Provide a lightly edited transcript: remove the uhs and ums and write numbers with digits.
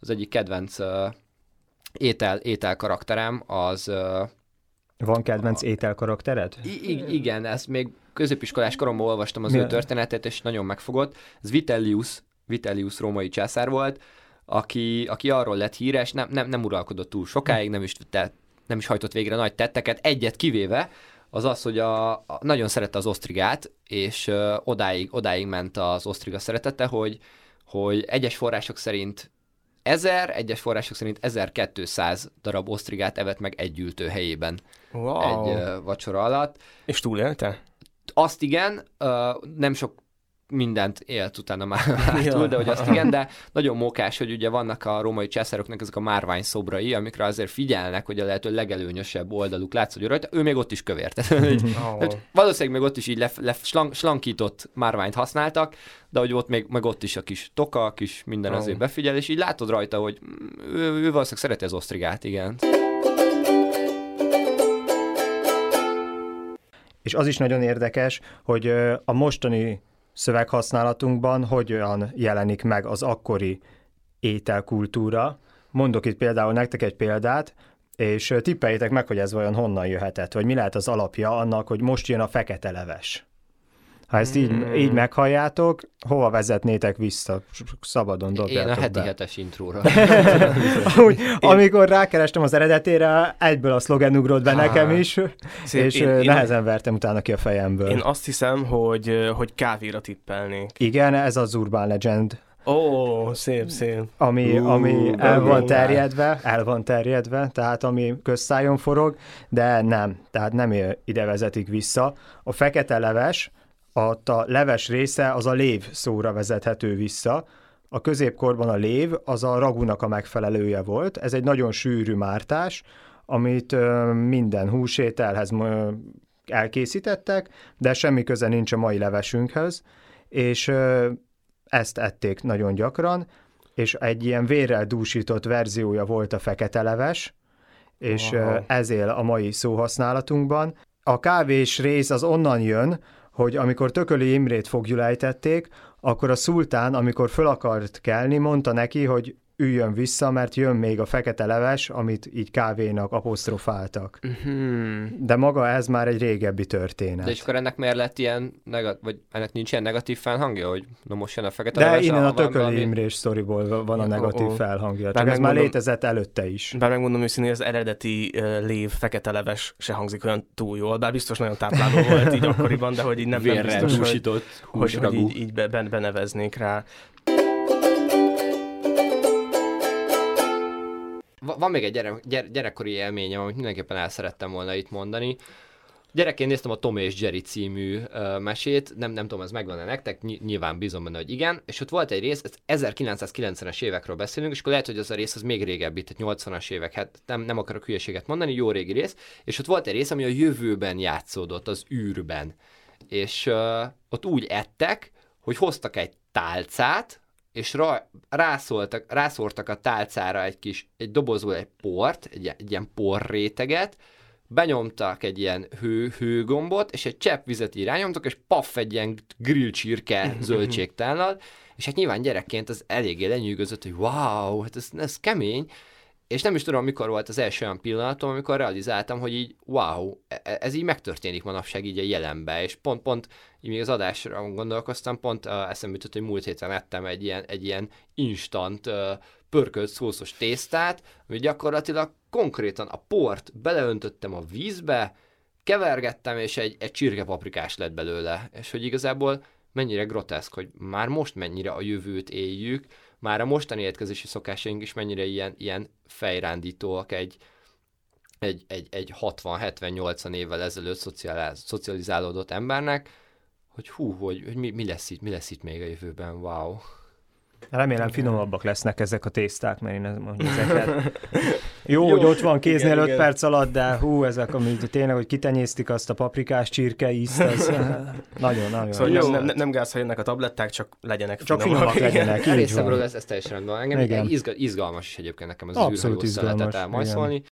az egyik kedvenc étel karakterem, az... Van kedvenc étel karaktered? Igen, ezt még középiskolás koromban olvastam az ő történetét, és nagyon megfogott. Ez Vitellius római császár volt, aki arról lett híres, nem uralkodott túl sokáig, nem is hajtott végre nagy tetteket, egyet kivéve, az, hogy nagyon szerette az osztrigát, és odáig ment az osztriga szeretete, hogy egyes források szerint 1200 darab osztrigát evett meg egy ültőhelyében egy vacsora alatt. És túlélte? Azt igen, nem sok mindent élt utána már túl, de hogy azt igen, de nagyon mókás, hogy ugye vannak a római császároknak ezek a márvány szobrai, amikre azért figyelnek, hogy a lehető legelőnyösebb oldaluk látszódjon rajta, ő még ott is kövér. Valószínűleg még ott is így slankított márványt használtak, de hogy ott meg ott is a kis toka, kis minden azért befigyel, és így látod rajta, hogy ő valószínűleg szereti az osztrigát, igen. És az is nagyon érdekes, hogy a mostani szöveghasználatunkban hogyan jelenik meg az akkori ételkultúra. Mondok itt például nektek egy példát, és tippeljétek meg, hogy ez vajon honnan jöhetett, vagy mi lehet az alapja annak, hogy most jön a fekete leves. Ha ezt így meghalljátok, hova vezetnétek vissza? Szabadon dobjátok be. Én a heti hetes intróra. Amikor rákerestem az eredetére, egyből a szlogen ugrott be nekem is, és nehezen vertem utána ki a fejemből. Én azt hiszem, hogy kávéra tippelnék. Igen, ez az Urban Legend. Szép. Ami el van terjedve, tehát ami közszájon forog, de nem, tehát nem ide vezetik vissza. A fekete leves, a leves része az a lév szóra vezethető vissza. A középkorban a lév az a ragúnak a megfelelője volt. Ez egy nagyon sűrű mártás, amit minden húsételhez elkészítettek, de semmi köze nincs a mai levesünkhöz, és ezt ették nagyon gyakran, és egy ilyen vérrel dúsított verziója volt a fekete leves, és ez él a mai szóhasználatunkban. A kávés rész az onnan jön, hogy amikor Tököli Imrét foglyul ejtették, akkor a szultán, amikor föl akart kelni, mondta neki, hogy üljön vissza, mert jön még a fekete leves, amit így kávénak apostrofáltak. De maga ez már egy régebbi történet. De és akkor ennek miért lett ilyen, vagy ennek nincs ilyen negatív felhangja, hogy na most jön a fekete leves? De innen a Tököli Imrés sztoriból van a negatív felhangja. Csak ez már létezett előtte is. Bár megmondom őszintén, hogy az eredeti lév fekete leves se hangzik olyan túl jól, bár biztos nagyon tápláló volt így akkoriban, de hogy így nem biztos, hogy így beneveznék rá. Van még egy gyerekkori élményem, amit mindenképpen el szerettem volna itt mondani. Gyerekként néztem a Tom és Jerry című mesét, nem tudom, ez megvan-e nektek, nyilván bízom benne, hogy igen, és ott volt egy rész, 1990-es évekről beszélünk, és akkor lehet, hogy az a rész az még régebbi, tehát 80-as évek, hát nem akarok hülyeséget mondani, jó régi rész, és ott volt egy rész, ami a jövőben játszódott, az űrben, és ott úgy ettek, hogy hoztak egy tálcát, és rászórtak a tálcára egy dobozból egy port, egy ilyen porréteget, benyomtak egy ilyen hőgombot, és egy csepp vizet így rányomtak, és paff, egy ilyen grill csirke zöldségtállal, és hát nyilván gyerekként az eléggé lenyűgözött, hogy wow, hát ez kemény, és nem is tudom, mikor volt az első olyan pillanatom, amikor realizáltam, hogy így wow, ez így megtörténik manapság így a jelenbe, és pont így még az adásra gondolkoztam, pont eszembe jutott, hogy múlt héten ettem egy ilyen instant pörkölt szószos tésztát, ami gyakorlatilag konkrétan a port beleöntöttem a vízbe, kevergettem, és egy csirkepaprikás lett belőle, és hogy igazából mennyire groteszk, hogy már most mennyire a jövőt éljük, már a mostani étkezési szokásaink is mennyire ilyen fejrándítóak egy 60-70-80 évvel ezelőtt szocializálódott embernek, hogy mi lesz itt még a jövőben, wow. Remélem finomabbak lesznek ezek a tészták, mert én mondom ezeket. Jó, hogy ott van kéznél 5 perc alatt, de ezek, amit tényleg, hogy kitenyésztik azt a paprikás csirke ízt, ez nagyon. Szóval nem gáz, ha jönnek a tabletták, csak legyenek finomak legyenek. Részemről ez teljesen rendben. Engem izgalmas is egyébként nekem ez az űrhajó szeletet elmajszolni.